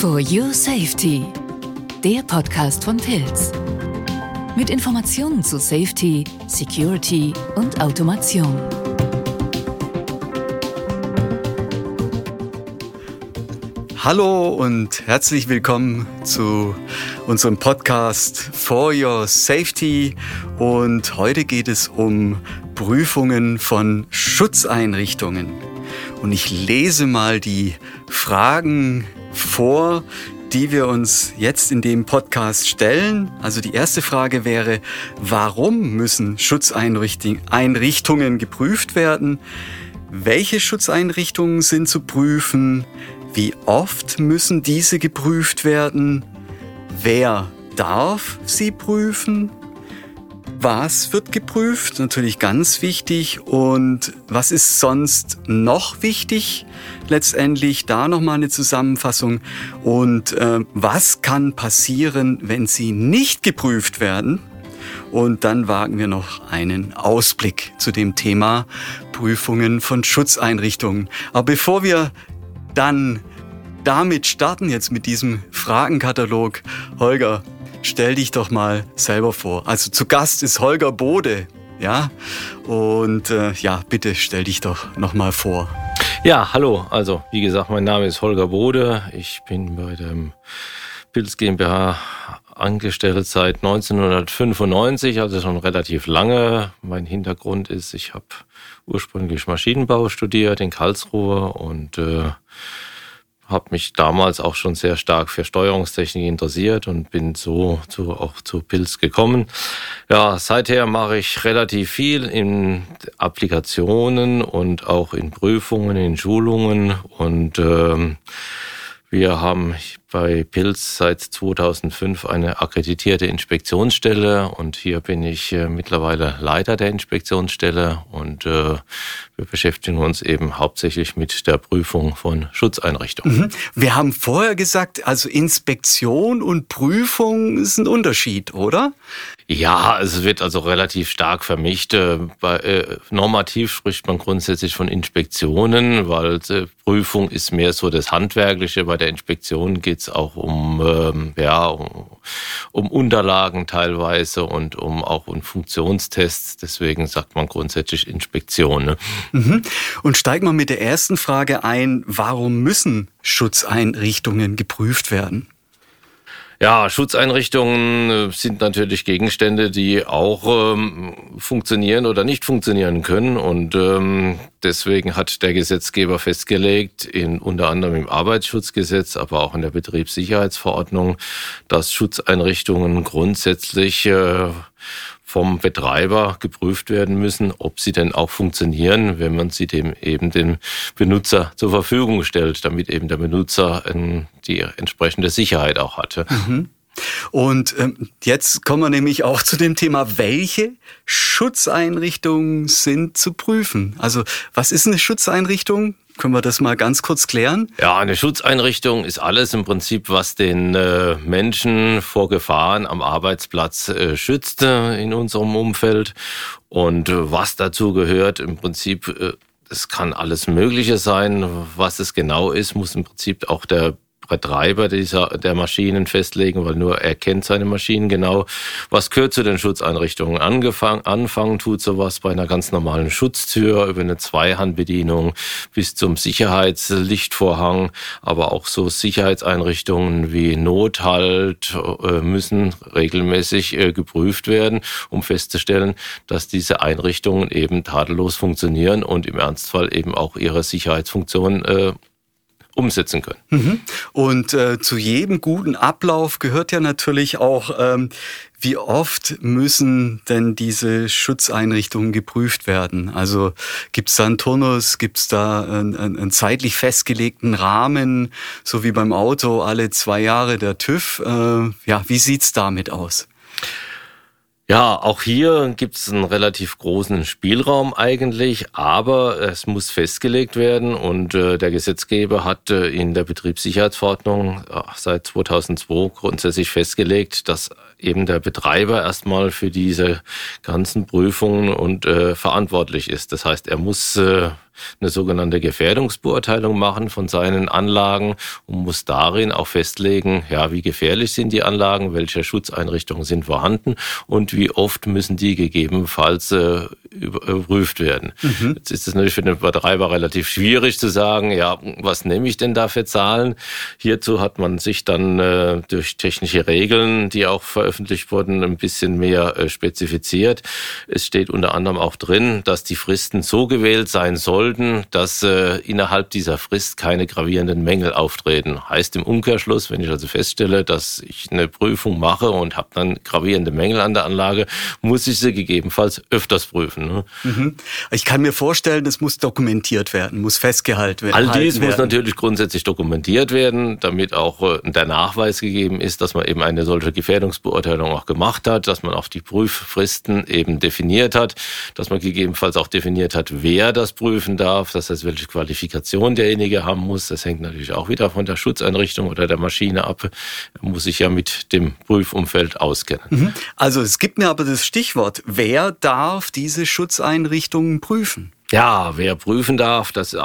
For Your Safety, der Podcast von Pilz. Mit Informationen zu Safety, Security und Automation. Hallo und herzlich willkommen zu unserem Podcast For Your Safety. Und heute geht es um Prüfungen von Schutzeinrichtungen. Und ich lese mal die Fragen vor, die wir uns jetzt in dem Podcast stellen. Also die erste Frage wäre, warum müssen Schutzeinrichtungen geprüft werden? Welche Schutzeinrichtungen sind zu prüfen? Wie oft müssen diese geprüft werden? Wer darf sie prüfen? Was wird geprüft? Natürlich ganz wichtig. Und was ist sonst noch wichtig? Letztendlich da nochmal eine Zusammenfassung. Und was kann passieren, wenn sie nicht geprüft werden? Und dann wagen wir noch einen Ausblick zu dem Thema Prüfungen von Schutzeinrichtungen. Aber bevor wir dann damit starten, jetzt mit diesem Fragenkatalog, Holger, stell dich doch mal selber vor. Also zu Gast ist Holger Bode, ja? Und bitte stell dich doch nochmal vor. Ja, hallo. Also wie gesagt, mein Name ist Holger Bode. Ich bin bei der Pilz GmbH angestellt seit 1995, also schon relativ lange. Mein Hintergrund ist, ich habe ursprünglich Maschinenbau studiert in Karlsruhe und habe mich damals auch schon sehr stark für Steuerungstechnik interessiert und bin so auch zu Pilz gekommen. Ja, seither mache ich relativ viel in Applikationen und auch in Prüfungen, in Schulungen und wir haben bei Pilz seit 2005 eine akkreditierte Inspektionsstelle und hier bin ich mittlerweile Leiter der Inspektionsstelle und wir beschäftigen uns eben hauptsächlich mit der Prüfung von Schutzeinrichtungen. Wir haben vorher gesagt, also Inspektion und Prüfung ist ein Unterschied, oder? Ja, es wird also relativ stark vermischt. Normativ spricht man grundsätzlich von Inspektionen, weil Prüfung ist mehr so das Handwerkliche. Bei der Inspektion geht es auch um Unterlagen teilweise und auch um Funktionstests. Deswegen sagt man grundsätzlich Inspektion. Ne? Und steigen wir mit der ersten Frage ein. Warum müssen Schutzeinrichtungen geprüft werden? Ja, Schutzeinrichtungen sind natürlich Gegenstände, die auch funktionieren oder nicht funktionieren können. Und deswegen hat der Gesetzgeber festgelegt, unter anderem im Arbeitsschutzgesetz, aber auch in der Betriebssicherheitsverordnung, dass Schutzeinrichtungen grundsätzlich vom Betreiber geprüft werden müssen, ob sie denn auch funktionieren, wenn man sie dem Benutzer zur Verfügung stellt, damit eben der Benutzer die entsprechende Sicherheit auch hat. Und jetzt kommen wir nämlich auch zu dem Thema, welche Schutzeinrichtungen sind zu prüfen? Also was ist eine Schutzeinrichtung? Können wir das mal ganz kurz klären? Ja, eine Schutzeinrichtung ist alles im Prinzip, was den Menschen vor Gefahren am Arbeitsplatz schützt in unserem Umfeld. Und was dazu gehört, im Prinzip, es kann alles Mögliche sein. Was es genau ist, muss im Prinzip auch der Betreiber der Maschinen festlegen, weil nur er kennt seine Maschinen genau. Was gehört zu den Schutzeinrichtungen? Anfangen tut sowas bei einer ganz normalen Schutztür über eine Zweihandbedienung bis zum Sicherheitslichtvorhang, aber auch so Sicherheitseinrichtungen wie Nothalt müssen regelmäßig geprüft werden, um festzustellen, dass diese Einrichtungen eben tadellos funktionieren und im Ernstfall eben auch ihre Sicherheitsfunktion umsetzen können. Und zu jedem guten Ablauf gehört ja natürlich auch, wie oft müssen denn diese Schutzeinrichtungen geprüft werden? Also gibt es da einen Turnus, gibt es da einen zeitlich festgelegten Rahmen, so wie beim Auto alle 2 Jahre der TÜV? Wie sieht's damit aus? Ja, auch hier gibt es einen relativ großen Spielraum eigentlich, aber es muss festgelegt werden und der Gesetzgeber hat in der Betriebssicherheitsverordnung seit 2002 grundsätzlich festgelegt, dass eben der Betreiber erstmal für diese ganzen Prüfungen und verantwortlich ist. Das heißt, er muss eine sogenannte Gefährdungsbeurteilung machen von seinen Anlagen und muss darin auch festlegen, ja, wie gefährlich sind die Anlagen, welche Schutzeinrichtungen sind vorhanden und wie oft müssen die gegebenenfalls überprüft werden. Jetzt ist es natürlich für den Betreiber relativ schwierig zu sagen, ja, was nehme ich denn da für Zahlen? Hierzu hat man sich dann durch technische Regeln, die auch veröffentlicht wurden, ein bisschen mehr spezifiziert. Es steht unter anderem auch drin, dass die Fristen so gewählt sein sollen, dass innerhalb dieser Frist keine gravierenden Mängel auftreten. Heißt im Umkehrschluss, wenn ich also feststelle, dass ich eine Prüfung mache und habe dann gravierende Mängel an der Anlage, muss ich sie gegebenenfalls öfters prüfen. Ne? Ich kann mir vorstellen, das muss dokumentiert werden, muss festgehalten werden. All dies muss natürlich grundsätzlich dokumentiert werden, damit auch der Nachweis gegeben ist, dass man eben eine solche Gefährdungsbeurteilung auch gemacht hat, dass man auch die Prüffristen eben definiert hat, dass man gegebenenfalls auch definiert hat, wer das prüfen darf, das heißt, welche Qualifikation derjenige haben muss. Das hängt natürlich auch wieder von der Schutzeinrichtung oder der Maschine ab. Er muss sich ja mit dem Prüfumfeld auskennen. Also es gibt mir aber das Stichwort, wer darf diese Schutzeinrichtungen prüfen? Ja, wer prüfen darf, das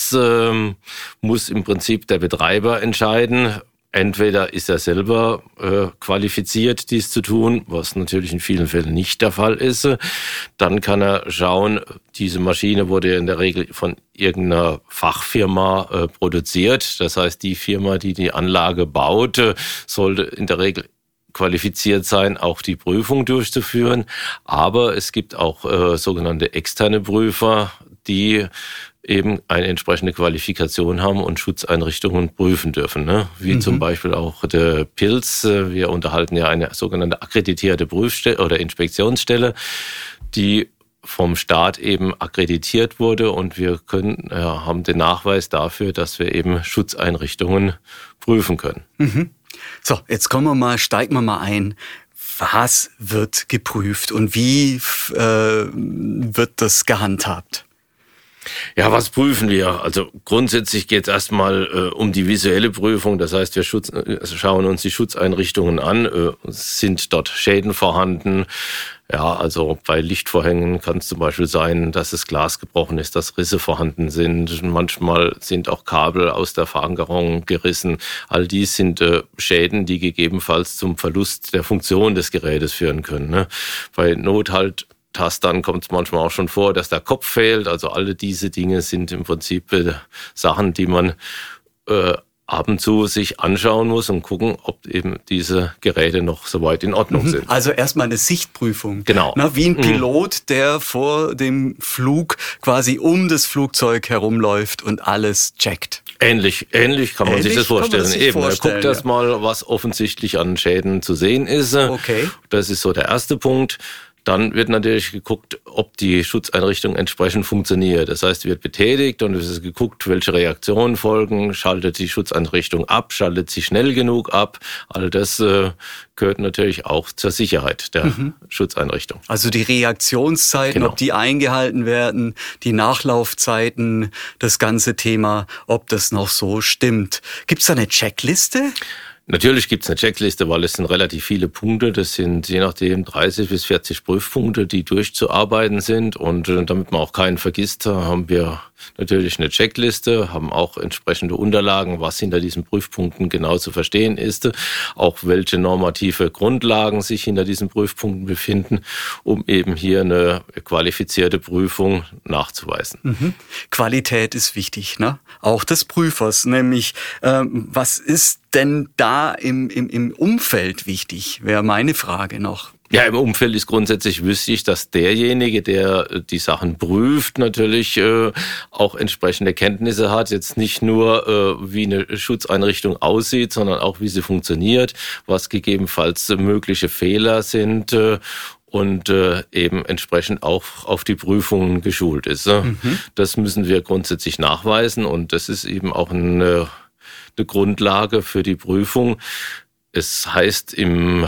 muss im Prinzip der Betreiber entscheiden. Entweder ist er selber qualifiziert, dies zu tun, was natürlich in vielen Fällen nicht der Fall ist. Dann kann er schauen, diese Maschine wurde in der Regel von irgendeiner Fachfirma produziert. Das heißt, die Firma, die die Anlage baut, sollte in der Regel qualifiziert sein, auch die Prüfung durchzuführen. Aber es gibt auch sogenannte externe Prüfer, die eben eine entsprechende Qualifikation haben und Schutzeinrichtungen prüfen dürfen, ne? Wie zum Beispiel auch der PILS. Wir unterhalten ja eine sogenannte akkreditierte Prüfstelle oder Inspektionsstelle, die vom Staat eben akkreditiert wurde und wir haben den Nachweis dafür, dass wir eben Schutzeinrichtungen prüfen können. So, jetzt steigen wir mal ein. Was wird geprüft und wie wird das gehandhabt? Ja, was prüfen wir? Also grundsätzlich geht es erstmal um die visuelle Prüfung. Das heißt, wir schauen uns die Schutzeinrichtungen an. Sind dort Schäden vorhanden? Ja, also bei Lichtvorhängen kann es zum Beispiel sein, dass das Glas gebrochen ist, dass Risse vorhanden sind. Manchmal sind auch Kabel aus der Verankerung gerissen. All dies sind Schäden, die gegebenenfalls zum Verlust der Funktion des Gerätes führen können. Ne? Bei Nothalttastern kommt es manchmal auch schon vor, dass der Kopf fehlt. Also alle diese Dinge sind im Prinzip Sachen, die man ab und zu sich anschauen muss und gucken, ob eben diese Geräte noch soweit in Ordnung sind. Also erstmal eine Sichtprüfung. Genau. Wie ein Pilot, der vor dem Flug quasi um das Flugzeug herumläuft und alles checkt. Ähnlich kann man sich das vorstellen. Er guckt erstmal, was offensichtlich an Schäden zu sehen ist. Okay. Das ist so der erste Punkt. Dann wird natürlich geguckt, ob die Schutzeinrichtung entsprechend funktioniert. Das heißt, wird betätigt und es ist geguckt, welche Reaktionen folgen. Schaltet die Schutzeinrichtung ab? Schaltet sie schnell genug ab? All das gehört natürlich auch zur Sicherheit der Schutzeinrichtung. Also die Reaktionszeiten, ob die eingehalten werden, die Nachlaufzeiten, das ganze Thema, ob das noch so stimmt. Gibt es da eine Checkliste? Natürlich gibt es eine Checkliste, weil es sind relativ viele Punkte. Das sind je nachdem 30 bis 40 Prüfpunkte, die durchzuarbeiten sind. Und damit man auch keinen vergisst, haben wir natürlich eine Checkliste, haben auch entsprechende Unterlagen, was hinter diesen Prüfpunkten genau zu verstehen ist, auch welche normative Grundlagen sich hinter diesen Prüfpunkten befinden, um eben hier eine qualifizierte Prüfung nachzuweisen. Qualität ist wichtig, ne? Auch des Prüfers, nämlich was ist denn da im Umfeld wichtig, wäre meine Frage noch. Ja, im Umfeld ist grundsätzlich wichtig, dass derjenige, der die Sachen prüft, natürlich auch entsprechende Kenntnisse hat. Jetzt nicht nur, wie eine Schutzeinrichtung aussieht, sondern auch, wie sie funktioniert, was gegebenenfalls mögliche Fehler sind und eben entsprechend auch auf die Prüfungen geschult ist. Das müssen wir grundsätzlich nachweisen und das ist eben auch eine Grundlage für die Prüfung. Es heißt in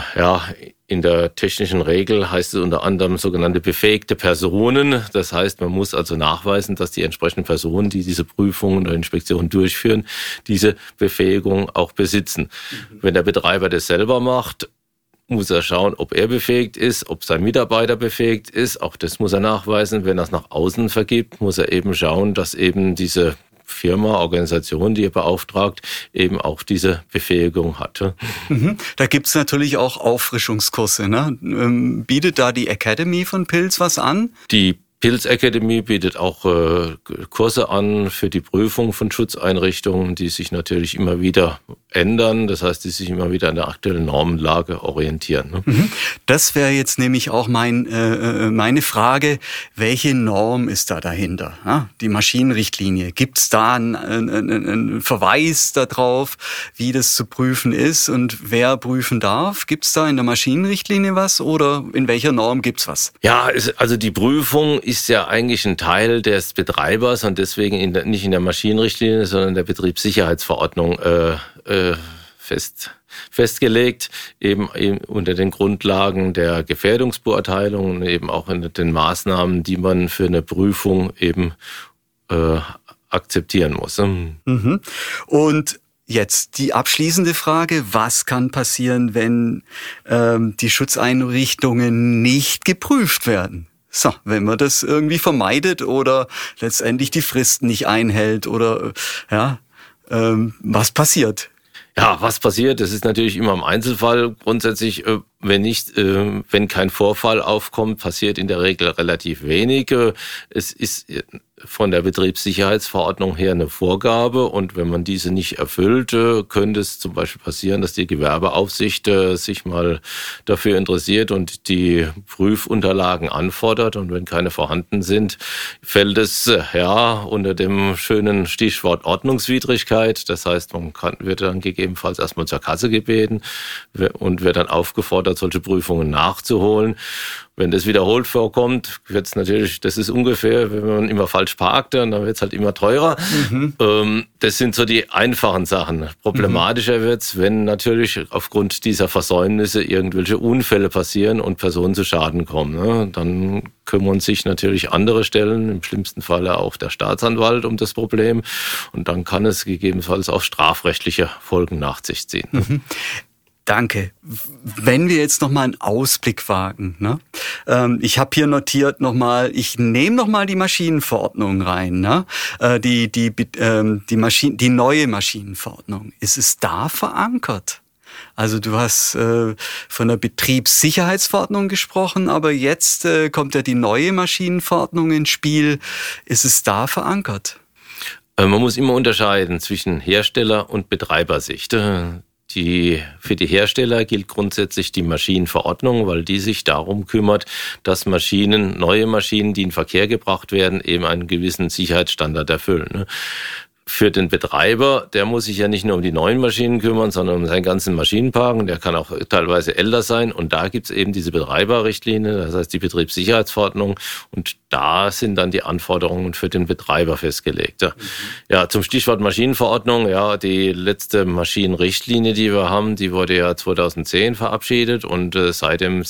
der technischen Regel heißt es unter anderem sogenannte befähigte Personen. Das heißt, man muss also nachweisen, dass die entsprechenden Personen, die diese Prüfungen oder Inspektionen durchführen, diese Befähigung auch besitzen. Wenn der Betreiber das selber macht, muss er schauen, ob er befähigt ist, ob sein Mitarbeiter befähigt ist. Auch das muss er nachweisen. Wenn er es nach außen vergibt, muss er eben schauen, dass eben diese Firma, Organisation, die er beauftragt, eben auch diese Befähigung hatte. Da gibt's natürlich auch Auffrischungskurse, ne? Bietet da die Academy von Pilz was an? Die Pilz Academy bietet auch Kurse an für die Prüfung von Schutzeinrichtungen, die sich natürlich immer wieder ändern. Das heißt, die sich immer wieder an der aktuellen Normenlage orientieren. Ne? Das wäre jetzt nämlich auch meine Frage. Welche Norm ist da dahinter? Ja, die Maschinenrichtlinie. Gibt's da einen Verweis darauf, wie das zu prüfen ist und wer prüfen darf? Gibt's da in der Maschinenrichtlinie was oder in welcher Norm gibt's was? Ja, also die Prüfung ist ja eigentlich ein Teil des Betreibers und deswegen nicht in der Maschinenrichtlinie, sondern in der Betriebssicherheitsverordnung festgelegt, eben unter den Grundlagen der Gefährdungsbeurteilung und eben auch in den Maßnahmen, die man für eine Prüfung eben akzeptieren muss. Und jetzt die abschließende Frage, was kann passieren, wenn die Schutzeinrichtungen nicht geprüft werden? So, wenn man das irgendwie vermeidet oder letztendlich die Fristen nicht einhält oder was passiert? Ja, was passiert? Das ist natürlich immer im Einzelfall. Grundsätzlich, wenn kein Vorfall aufkommt, passiert in der Regel relativ wenig. Es ist von der Betriebssicherheitsverordnung her eine Vorgabe und wenn man diese nicht erfüllt, könnte es zum Beispiel passieren, dass die Gewerbeaufsicht sich mal dafür interessiert und die Prüfunterlagen anfordert und wenn keine vorhanden sind, fällt es unter dem schönen Stichwort Ordnungswidrigkeit. Das heißt, wird dann gegebenenfalls erstmal zur Kasse gebeten und wird dann aufgefordert, solche Prüfungen nachzuholen. Wenn das wiederholt vorkommt, wird's natürlich, das ist ungefähr, wenn man immer falsch parkt, dann wird's halt immer teurer. Das sind so die einfachen Sachen. Problematischer wird's, wenn natürlich aufgrund dieser Versäumnisse irgendwelche Unfälle passieren und Personen zu Schaden kommen. Ne? Dann kümmern sich natürlich andere Stellen, im schlimmsten Falle auch der Staatsanwalt um das Problem. Und dann kann es gegebenenfalls auch strafrechtliche Folgen nach sich ziehen. Danke. Wenn wir jetzt nochmal einen Ausblick wagen, ne? Ich habe hier notiert ich nehme nochmal die Maschinenverordnung rein, ne? Die neue Maschinenverordnung. Ist es da verankert? Also du hast von der Betriebssicherheitsverordnung gesprochen, aber jetzt kommt ja die neue Maschinenverordnung ins Spiel. Ist es da verankert? Man muss immer unterscheiden zwischen Hersteller- und Betreibersicht. Für die Hersteller gilt grundsätzlich die Maschinenverordnung, weil die sich darum kümmert, dass neue Maschinen, die in Verkehr gebracht werden, eben einen gewissen Sicherheitsstandard erfüllen. Für den Betreiber, der muss sich ja nicht nur um die neuen Maschinen kümmern, sondern um seinen ganzen Maschinenpark. Und der kann auch teilweise älter sein. Und da gibt's eben diese Betreiberrichtlinie, das heißt die Betriebssicherheitsverordnung. Und da sind dann die Anforderungen für den Betreiber festgelegt. Ja, zum Stichwort Maschinenverordnung. Ja, die letzte Maschinenrichtlinie, die wir haben, die wurde ja 2010 verabschiedet. Und seitdem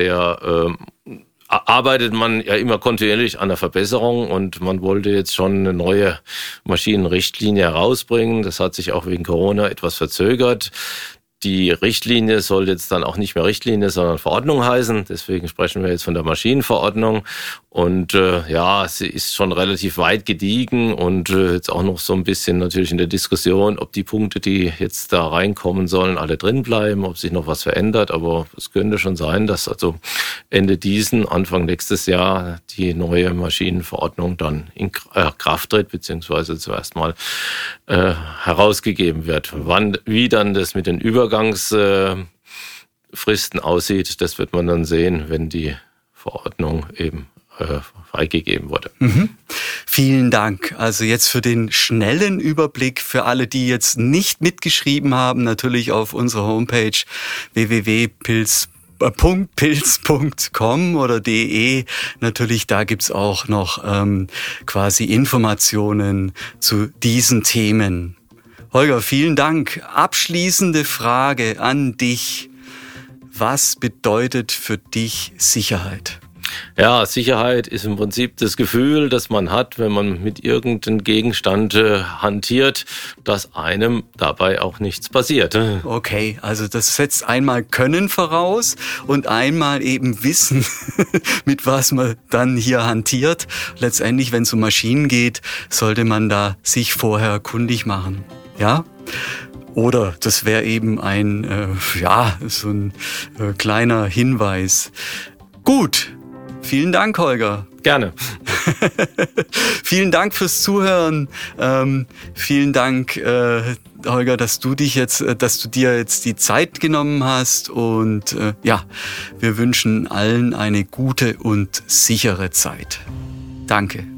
arbeitet man ja immer kontinuierlich an der Verbesserung und man wollte jetzt schon eine neue Maschinenrichtlinie herausbringen. Das hat sich auch wegen Corona etwas verzögert. Die Richtlinie soll jetzt dann auch nicht mehr Richtlinie, sondern Verordnung heißen. Deswegen sprechen wir jetzt von der Maschinenverordnung. Und sie ist schon relativ weit gediegen und jetzt auch noch so ein bisschen natürlich in der Diskussion, ob die Punkte, die jetzt da reinkommen sollen, alle drin bleiben, ob sich noch was verändert. Aber es könnte schon sein, dass also Ende Anfang nächstes Jahr die neue Maschinenverordnung dann in Kraft tritt, beziehungsweise zuerst mal herausgegeben wird. Wie dann das mit den Übergangsfristen aussieht, das wird man dann sehen, wenn die Verordnung eben freigegeben wurde. Vielen Dank. Also jetzt für den schnellen Überblick für alle, die jetzt nicht mitgeschrieben haben, natürlich auf unserer Homepage www.pilz.com oder de. Natürlich, da gibt's auch noch quasi Informationen zu diesen Themen. Holger, vielen Dank. Abschließende Frage an dich. Was bedeutet für dich Sicherheit? Ja, Sicherheit ist im Prinzip das Gefühl, das man hat, wenn man mit irgendeinem Gegenstand hantiert, dass einem dabei auch nichts passiert. Okay, also das setzt einmal Können voraus und einmal eben Wissen, mit was man dann hier hantiert. Letztendlich, wenn es um Maschinen geht, sollte man da sich vorher kundig machen. Ja? Oder das wäre eben so ein kleiner Hinweis. Gut. Vielen Dank, Holger. Gerne. Vielen Dank fürs Zuhören. Vielen Dank, Holger, dass du dir jetzt die Zeit genommen hast. Und wir wünschen allen eine gute und sichere Zeit. Danke.